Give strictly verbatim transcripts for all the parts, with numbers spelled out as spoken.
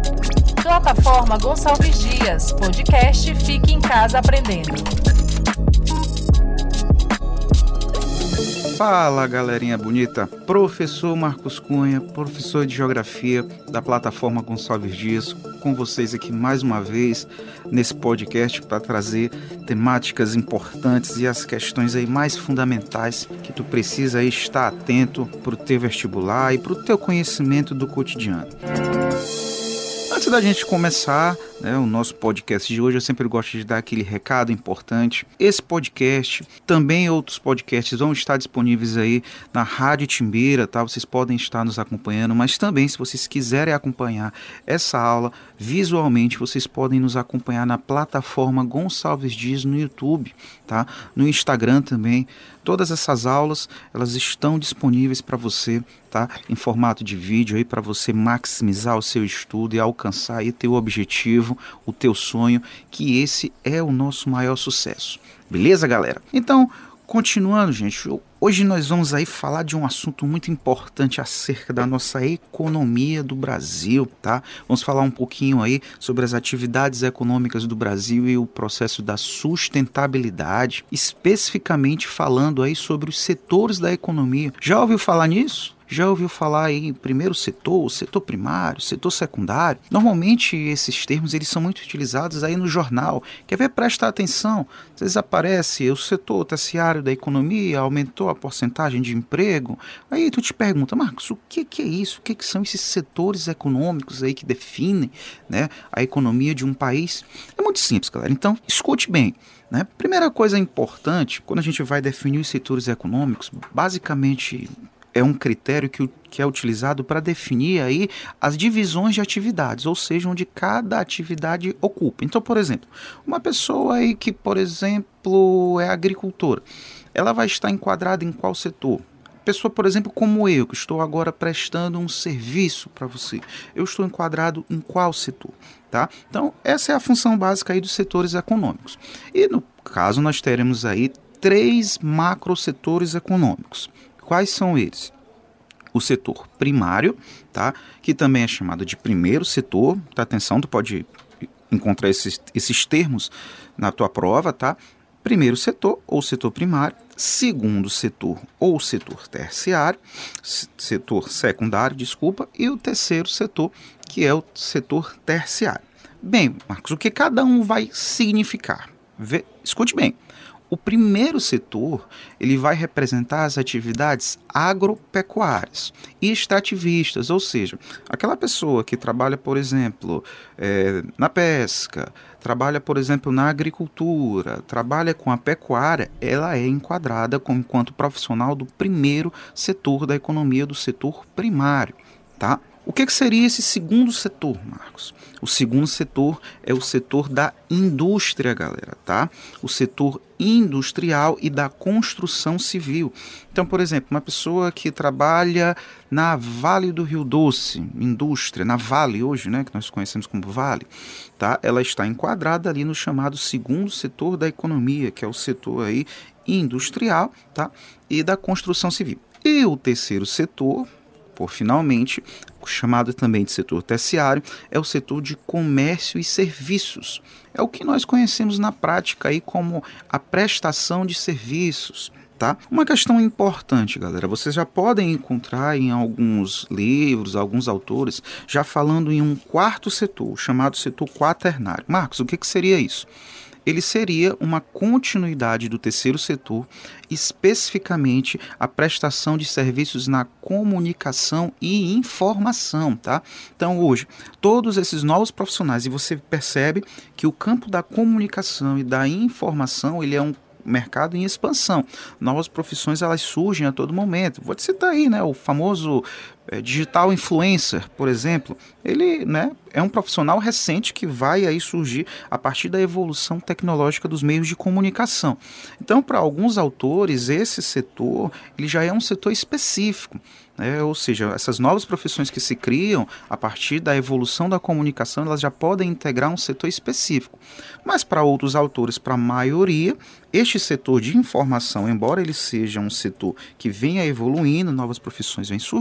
Plataforma Gonçalves Dias, podcast Fique em Casa Aprendendo. Fala, galerinha bonita, professor Marcos Cunha, professor de Geografia da Plataforma Gonçalves Dias, com vocês aqui mais uma vez nesse podcast para trazer temáticas importantes e as questões aí mais fundamentais que tu precisa aí estar atento para o teu vestibular e para o teu conhecimento do cotidiano. Antes da gente começar, né, o nosso podcast de hoje, eu sempre gosto de dar aquele recado importante. Esse podcast, também outros podcasts vão estar disponíveis aí na Rádio Timbeira, tá? Vocês podem estar nos acompanhando, mas também se vocês quiserem acompanhar essa aula visualmente, vocês podem nos acompanhar na plataforma Gonçalves Dias no YouTube, tá? No Instagram também. Todas essas aulas, elas estão disponíveis para você, tá? Em formato de vídeo aí para você maximizar o seu estudo e alcançar aí teu objetivo, o teu sonho, que esse é o nosso maior sucesso. Beleza, galera? Então, continuando, gente, hoje nós vamos aí falar de um assunto muito importante acerca da nossa economia do Brasil, tá? Vamos falar um pouquinho aí sobre as atividades econômicas do Brasil e o processo da sustentabilidade, especificamente falando aí sobre os setores da economia. Já ouviu falar nisso? Já ouviu falar aí em primeiro setor, setor primário, setor secundário? Normalmente esses termos eles são muito utilizados aí no jornal. Quer ver? Presta atenção. Às vezes aparece o setor terciário da economia, aumentou a porcentagem de emprego. Aí tu te pergunta, Marcos, o que, que é isso? O que, que são esses setores econômicos aí que definem, né, a economia de um país? É muito simples, galera. Então, escute bem. Né? Primeira coisa importante, quando a gente vai definir os setores econômicos, basicamente é um critério que, que é utilizado para definir aí as divisões de atividades, ou seja, onde cada atividade ocupa. Então, por exemplo, uma pessoa aí que, por exemplo, é agricultora, ela vai estar enquadrada em qual setor? Pessoa, por exemplo, como eu, que estou agora prestando um serviço para você, eu estou enquadrado em qual setor? Tá? Então, essa é a função básica aí dos setores econômicos. E no caso, nós teremos aí três macrosetores econômicos. Quais são eles? O setor primário, tá? Que também é chamado de primeiro setor. Tá? Atenção, tu pode encontrar esses, esses termos na tua prova, tá? Primeiro setor ou setor primário, segundo setor ou setor terciário, setor secundário, desculpa, e o terceiro setor, que é o setor terciário. Bem, Marcos, o que cada um vai significar? Vê, escute bem. O primeiro setor, ele vai representar as atividades agropecuárias e extrativistas, ou seja, aquela pessoa que trabalha, por exemplo, é, na pesca, trabalha, por exemplo, na agricultura, trabalha com a pecuária, ela é enquadrada como, enquanto profissional do primeiro setor da economia, do setor primário, tá? O que, que seria esse segundo setor, Marcos? O segundo setor é o setor da indústria, galera, tá? O setor industrial e da construção civil. Então, por exemplo, uma pessoa que trabalha na Vale do Rio Doce, indústria, na Vale hoje, né, que nós conhecemos como Vale, tá? Ela está enquadrada ali no chamado segundo setor da economia, que é o setor aí industrial, tá? E da construção civil. E o terceiro setor, por finalmente, chamado também de setor terciário, é o setor de comércio e serviços. É o que nós conhecemos na prática aí como a prestação de serviços. Tá? Uma questão importante, galera, vocês já podem encontrar em alguns livros, alguns autores, já falando em um quarto setor, chamado setor quaternário. Marcos, o que, que seria isso? Ele seria uma continuidade do terceiro setor, especificamente a prestação de serviços na comunicação e informação, tá? Então, hoje, todos esses novos profissionais, e você percebe que o campo da comunicação e da informação, ele é um mercado em expansão. Novas profissões, elas surgem a todo momento. Vou te citar aí, né, o famoso é, digital influencer, por exemplo. Ele, né, é um profissional recente que vai aí surgir a partir da evolução tecnológica dos meios de comunicação. Então, para alguns autores, esse setor ele já é um setor específico. É, ou seja, essas novas profissões que se criam a partir da evolução da comunicação, elas já podem integrar um setor específico. Mas para outros autores, para a maioria, este setor de informação, embora ele seja um setor que venha evoluindo, novas profissões vêm surgindo,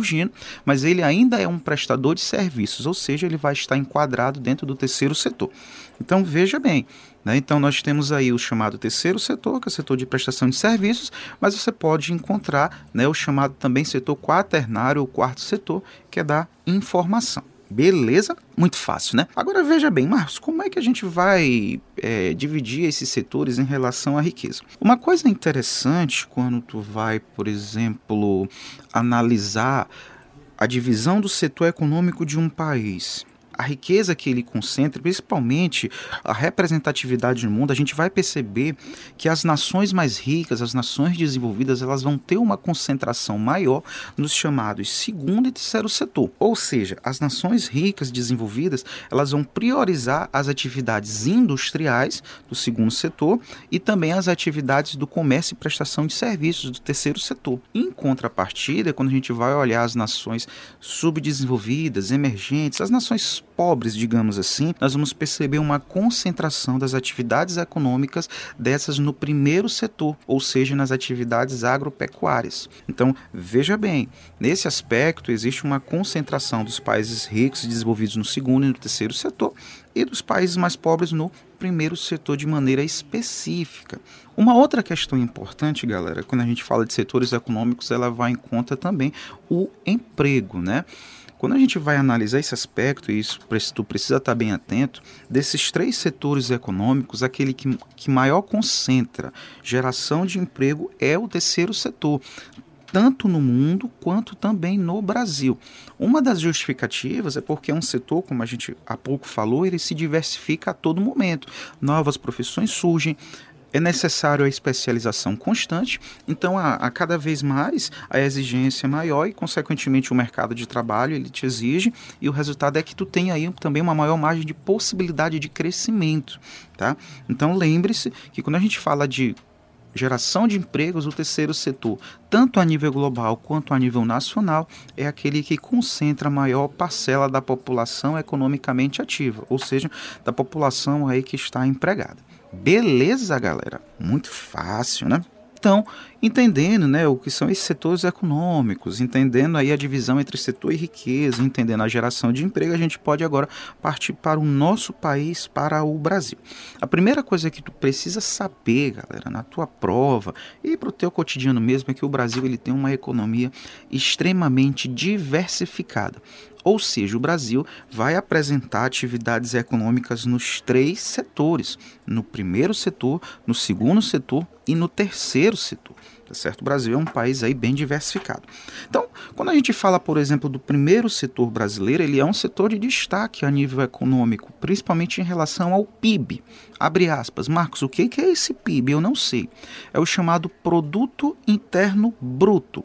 mas ele ainda é um prestador de serviços, ou seja, ele vai estar enquadrado dentro do terceiro setor. Então, veja bem, né? Então, nós temos aí o chamado terceiro setor, que é o setor de prestação de serviços, mas você pode encontrar, né, o chamado também setor quaternário, ou quarto setor, que é da informação. Beleza? Muito fácil, né? Agora veja bem, Marcos, como é que a gente vai é, dividir esses setores em relação à riqueza? Uma coisa interessante quando tu vai, por exemplo, analisar a divisão do setor econômico de um país, a riqueza que ele concentra, principalmente a representatividade no mundo, a gente vai perceber que as nações mais ricas, as nações desenvolvidas, elas vão ter uma concentração maior nos chamados segundo e terceiro setor. Ou seja, as nações ricas desenvolvidas, elas vão priorizar as atividades industriais do segundo setor e também as atividades do comércio e prestação de serviços do terceiro setor. Em contrapartida, quando a gente vai olhar as nações subdesenvolvidas, emergentes, as nações pobres, digamos assim, nós vamos perceber uma concentração das atividades econômicas dessas no primeiro setor, ou seja, nas atividades agropecuárias. Então, veja bem, nesse aspecto existe uma concentração dos países ricos e desenvolvidos no segundo e no terceiro setor e dos países mais pobres no primeiro setor de maneira específica. Uma outra questão importante, galera, quando a gente fala de setores econômicos, ela vai em conta também o emprego, né? Quando a gente vai analisar esse aspecto, e isso tu precisa estar bem atento, desses três setores econômicos, aquele que, que maior concentra geração de emprego é o terceiro setor, tanto no mundo quanto também no Brasil. Uma das justificativas é porque é um setor, como a gente há pouco falou, ele se diversifica a todo momento. Novas profissões surgem, é necessário a especialização constante, então a, a cada vez mais a exigência é maior e, consequentemente, o mercado de trabalho ele te exige, e o resultado é que tu tem aí também uma maior margem de possibilidade de crescimento, tá? Então lembre-se que quando a gente fala de geração de empregos, o terceiro setor, tanto a nível global quanto a nível nacional, é aquele que concentra a maior parcela da população economicamente ativa, ou seja, da população aí que está empregada. Beleza, galera? Muito fácil, né? Então, entendendo, né, o que são esses setores econômicos, entendendo aí a divisão entre setor e riqueza, entendendo a geração de emprego, a gente pode agora partir para o nosso país, para o Brasil. A primeira coisa que tu precisa saber, galera, na tua prova e para o teu cotidiano mesmo, é que o Brasil ele tem uma economia extremamente diversificada. Ou seja, o Brasil vai apresentar atividades econômicas nos três setores, no primeiro setor, no segundo setor e no terceiro setor. Tá certo? O Brasil é um país aí bem diversificado. Então, quando a gente fala, por exemplo, do primeiro setor brasileiro, ele é um setor de destaque a nível econômico, principalmente em relação ao P I B. Abre aspas. Marcos, o que é esse P I B? Eu não sei. É o chamado Produto Interno Bruto.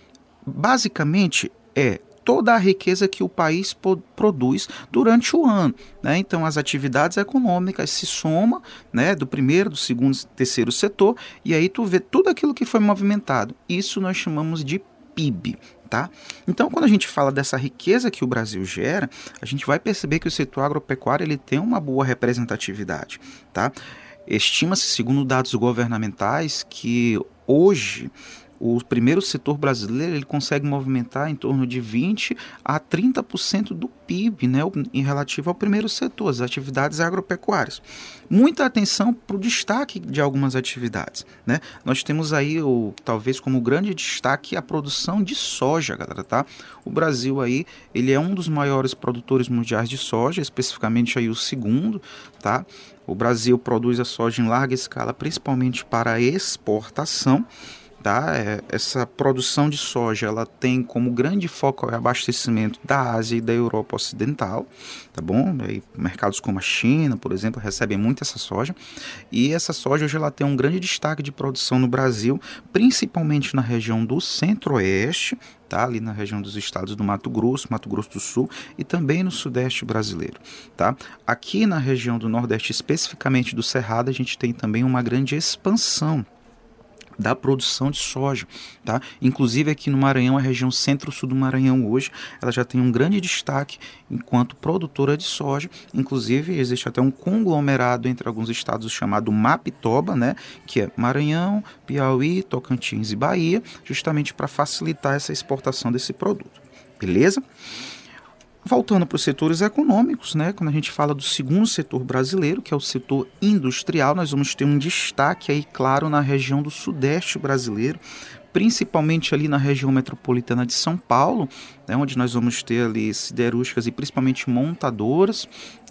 Basicamente, é toda a riqueza que o país produz durante o ano, né? Então, as atividades econômicas se somam, né, do primeiro, do segundo, terceiro setor, e aí tu vê tudo aquilo que foi movimentado. Isso nós chamamos de P I B, tá? Então, quando a gente fala dessa riqueza que o Brasil gera, a gente vai perceber que o setor agropecuário ele tem uma boa representatividade, tá? Estima-se, segundo dados governamentais, que hoje o primeiro setor brasileiro ele consegue movimentar em torno de vinte a trinta por cento do P I B, né, em relativo ao primeiro setor, as atividades agropecuárias. Muita atenção para o destaque de algumas atividades, né? Nós temos aí, o, talvez como grande destaque, a produção de soja, galera, tá? O Brasil aí, ele é um dos maiores produtores mundiais de soja, especificamente aí o segundo, tá? O Brasil produz a soja em larga escala, principalmente para exportação. Tá? Essa produção de soja ela tem como grande foco o abastecimento da Ásia e da Europa Ocidental, tá bom? Aí, mercados como a China, por exemplo, recebem muito essa soja, e essa soja hoje ela tem um grande destaque de produção no Brasil, principalmente na região do Centro-Oeste, tá? Ali na região dos estados do Mato Grosso, Mato Grosso do Sul e também no Sudeste brasileiro. Tá? Aqui na região do Nordeste, especificamente do Cerrado, a gente tem também uma grande expansão da produção de soja, tá? Inclusive aqui no Maranhão, a região centro-sul do Maranhão hoje, ela já tem um grande destaque enquanto produtora de soja. Inclusive existe até um conglomerado entre alguns estados chamado Mapitoba, né? Que é Maranhão, Piauí, Tocantins e Bahia, justamente para facilitar essa exportação desse produto. beleza? Voltando para os setores econômicos, né? Quando a gente fala do segundo setor brasileiro, que é o setor industrial, nós vamos ter um destaque aí, claro, na região do sudeste brasileiro, principalmente ali na região metropolitana de São Paulo, né, onde nós vamos ter ali siderúrgicas e principalmente montadoras.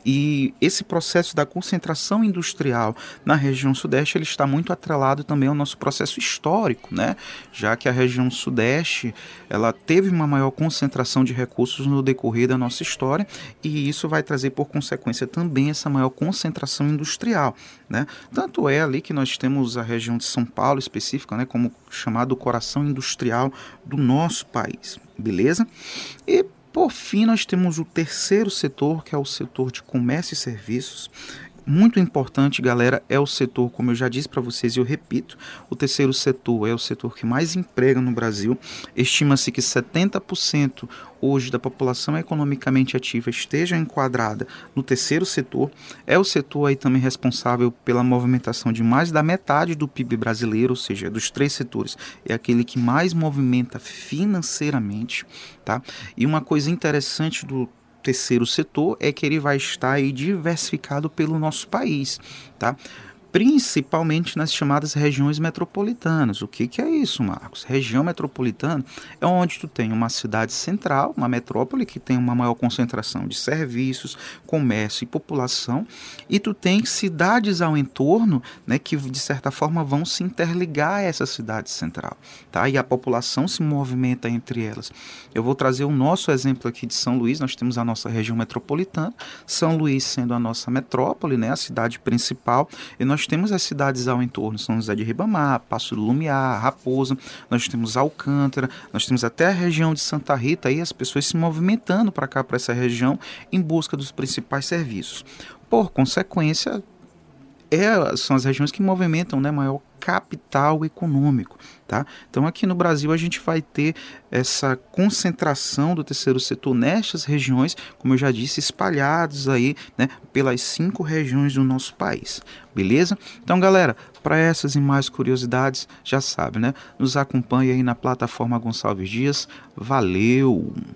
E esse processo da concentração industrial na região sudeste, ele está muito atrelado também ao nosso processo histórico, né? Já que a região sudeste, ela teve uma maior concentração de recursos no decorrer da nossa história, e isso vai trazer por consequência também essa maior concentração industrial, né? Tanto é ali que nós temos a região de São Paulo específica, né, como chamado coração industrial do nosso país, beleza? E por fim, nós temos o terceiro setor, que é o setor de comércio e serviços. Muito importante, galera, é o setor, como eu já disse para vocês e eu repito, o terceiro setor é o setor que mais emprega no Brasil. Estima-se que setenta por cento hoje da população economicamente ativa esteja enquadrada no terceiro setor. É o setor aí também responsável pela movimentação de mais da metade do P I B brasileiro, ou seja, dos três setores, é aquele que mais movimenta financeiramente, tá? E uma coisa interessante do terceiro setor é que ele vai estar aí diversificado pelo nosso país, tá? Principalmente nas chamadas regiões metropolitanas. O que, que é isso, Marcos? Região metropolitana é onde tu tem uma cidade central, uma metrópole que tem uma maior concentração de serviços, comércio e população, e tu tem cidades ao entorno, né, que de certa forma vão se interligar a essa cidade central, tá? E a população se movimenta entre elas. Eu vou trazer o nosso exemplo aqui de São Luís. Nós temos a nossa região metropolitana, São Luís sendo a nossa metrópole, né, a cidade principal, e nós temos as cidades ao entorno, São José de Ribamar, Passo do Lumiar, Raposa, nós temos Alcântara, nós temos até a região de Santa Rita, aí as pessoas se movimentando para cá, para essa região, em busca dos principais serviços. Por consequência, é, são as regiões que movimentam, né, maior capital econômico, tá? Então aqui no Brasil a gente vai ter essa concentração do terceiro setor nestas regiões, como eu já disse, espalhados aí, né, pelas cinco regiões do nosso país, beleza? Então, galera, para essas e mais curiosidades, já sabe, né? Nos acompanhe aí na plataforma Gonçalves Dias. Valeu!